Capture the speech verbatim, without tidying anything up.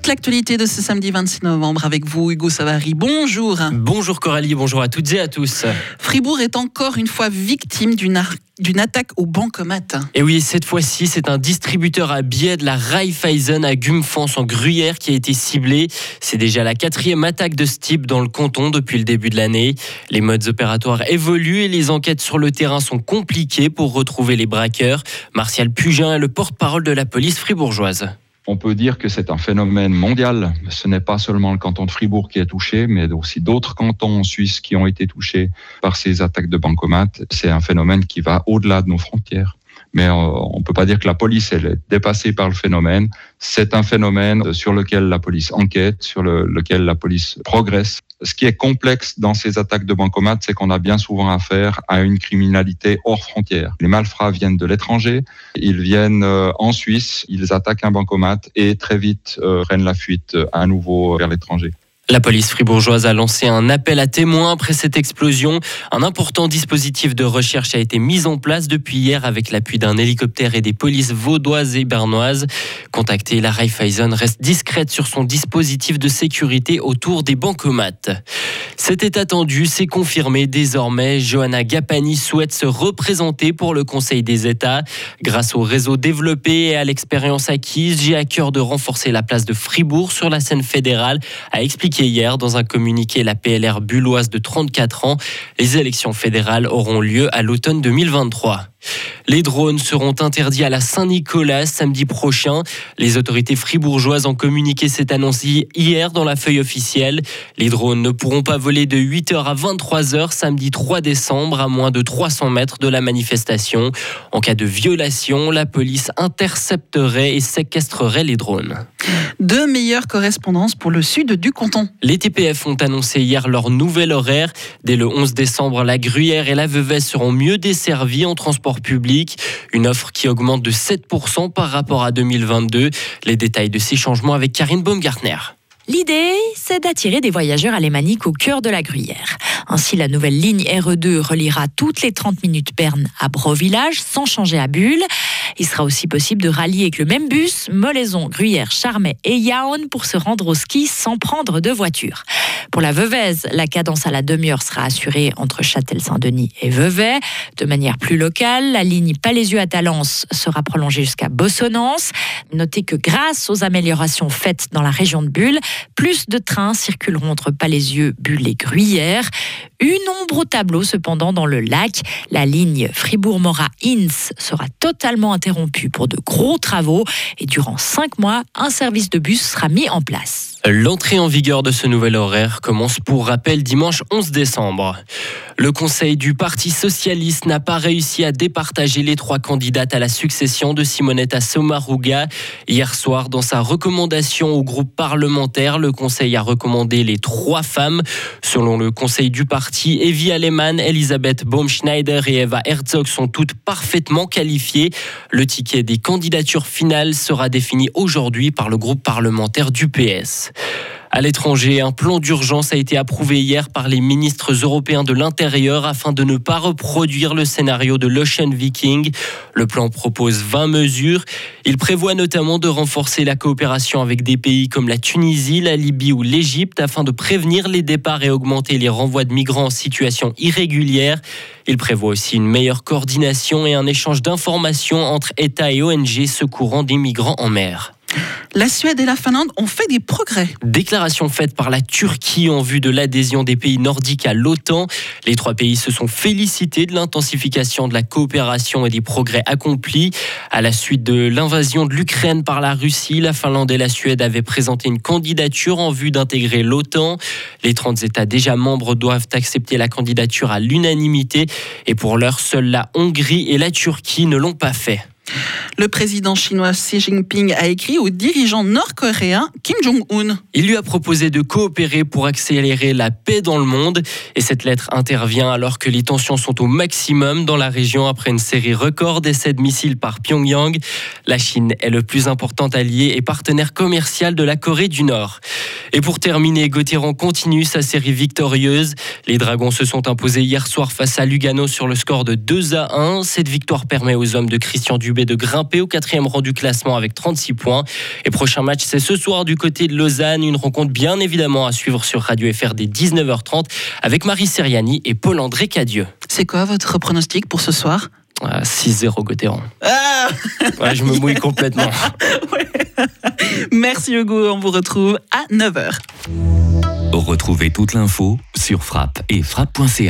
Toute l'actualité de ce samedi vingt-six novembre avec vous, Hugo Savary. Bonjour. Bonjour Coralie, bonjour à toutes et à tous. Fribourg est encore une fois victime d'une, ar- d'une attaque au bancomat. Et oui, cette fois-ci, c'est un distributeur à billets de la Raiffeisen à Gumfans en Gruyère qui a été ciblé. C'est déjà la quatrième attaque de ce type dans le canton depuis le début de l'année. Les modes opératoires évoluent et les enquêtes sur le terrain sont compliquées pour retrouver les braqueurs. Martial Pugin est le porte-parole de la police fribourgeoise. On peut dire que c'est un phénomène mondial. Ce n'est pas seulement le canton de Fribourg qui est touché, mais aussi d'autres cantons en Suisse qui ont été touchés par ces attaques de bancomat. C'est un phénomène qui va au-delà de nos frontières. Mais on ne peut pas dire que la police elle est dépassée par le phénomène. C'est un phénomène sur lequel la police enquête, sur le, lequel la police progresse. Ce qui est complexe dans ces attaques de bancomat, c'est qu'on a bien souvent affaire à une criminalité hors frontières. Les malfrats viennent de l'étranger, ils viennent euh, en Suisse, ils attaquent un bancomat et très vite euh, prennent la fuite euh, à nouveau vers l'étranger. La police fribourgeoise a lancé un appel à témoins après cette explosion. Un important dispositif de recherche a été mis en place depuis hier avec l'appui d'un hélicoptère et des polices vaudoises et bernoises. Contactée, la Raiffeisen reste discrète sur son dispositif de sécurité autour des bancomats. C'était attendu, c'est confirmé désormais. Johanna Gapani souhaite se représenter pour le Conseil des États. Grâce au réseau développé et à l'expérience acquise, j'ai à cœur de renforcer la place de Fribourg sur la scène fédérale, a expliqué hier dans un communiqué la P L R bulloise de trente-quatre ans. Les élections fédérales auront lieu à l'automne deux mille vingt-trois. Les drones seront interdits à la Saint-Nicolas samedi prochain. Les autorités fribourgeoises ont communiqué cette annonce hier dans la feuille officielle. Les drones ne pourront pas voler de huit heures à vingt-trois heures samedi trois décembre à moins de trois cents mètres de la manifestation. En cas de violation, la police intercepterait et séquestrerait les drones. Deux meilleures correspondances pour le sud du canton. Les T P F ont annoncé hier leur nouvel horaire. Dès le onze décembre, la Gruyère et la Vevey seront mieux desservies en transport public. Une offre qui augmente de sept pour cent par rapport à deux mille vingt-deux. Les détails de ces changements avec Karine Baumgartner. L'idée, c'est d'attirer des voyageurs alémaniques au cœur de la Gruyère. Ainsi, la nouvelle ligne R E deux reliera toutes les trente minutes Berne à Bro-Village sans changer à Bulle. Il sera aussi possible de rallier avec le même bus Molaison, Gruyère, Charmey et Yaon pour se rendre au ski sans prendre de voiture. Pour la Veuvez, la cadence à la demi-heure sera assurée entre Châtel-Saint-Denis et Vevey. De manière plus locale, la ligne Palaisieux à Talence sera prolongée jusqu'à Bossonnance. Notez que grâce aux améliorations faites dans la région de Bulle, plus de trains circuleront entre Palaisieux, Bulle et Gruyère. Une ombre au tableau cependant dans le lac. La ligne Fribourg-Morat-Inns sera totalement interrompue pour de gros travaux et durant cinq mois, un service de bus sera mis en place. L'entrée en vigueur de ce nouvel horaire commence pour rappel dimanche onze décembre. Le conseil du Parti socialiste n'a pas réussi à départager les trois candidates à la succession de Simonetta Sommaruga. Hier soir, dans sa recommandation au groupe parlementaire, le conseil a recommandé les trois femmes. Selon le conseil du parti, Evi Alemann, Elisabeth Baumschneider et Eva Herzog sont toutes parfaitement qualifiées. Le ticket des candidatures finales sera défini aujourd'hui par le groupe parlementaire du P S. À l'étranger, un plan d'urgence a été approuvé hier par les ministres européens de l'Intérieur afin de ne pas reproduire le scénario de l'Ocean Viking. Le plan propose vingt mesures. Il prévoit notamment de renforcer la coopération avec des pays comme la Tunisie, la Libye ou l'Égypte afin de prévenir les départs et augmenter les renvois de migrants en situation irrégulière. Il prévoit aussi une meilleure coordination et un échange d'informations entre États et O N G secourant des migrants en mer. La Suède et la Finlande ont fait des progrès. Déclaration faite par la Turquie en vue de l'adhésion des pays nordiques à l'OTAN. Les trois pays se sont félicités de l'intensification de la coopération et des progrès accomplis. À la suite de l'invasion de l'Ukraine par la Russie, la Finlande et la Suède avaient présenté une candidature en vue d'intégrer l'OTAN. Les trente États déjà membres doivent accepter la candidature à l'unanimité. Et pour l'heure, seules la Hongrie et la Turquie ne l'ont pas fait. Le président chinois Xi Jinping a écrit au dirigeant nord-coréen Kim Jong-un. Il lui a proposé de coopérer pour accélérer la paix dans le monde. Et cette lettre intervient alors que les tensions sont au maximum dans la région après une série record d'essais de missiles par Pyongyang. La Chine est le plus important allié et partenaire commercial de la Corée du Nord. Et pour terminer, Gauthieron continue sa série victorieuse. Les Dragons se sont imposés hier soir face à Lugano sur le score de deux à un. Cette victoire permet aux hommes de Christian Dubé B de grimper au quatrième rang du classement avec trente-six points. Et prochain match, c'est ce soir du côté de Lausanne. Une rencontre bien évidemment à suivre sur Radio F R dès dix-neuf heures trente avec Marie Seriani et Paul-André Cadieux. C'est quoi votre pronostic pour ce soir ? Ah, six zéro Gauthieron. Ah Ouais, je me mouille complètement. Ouais. Merci Hugo, on vous retrouve à neuf heures. Retrouvez toute l'info sur frappe et frappe point c h.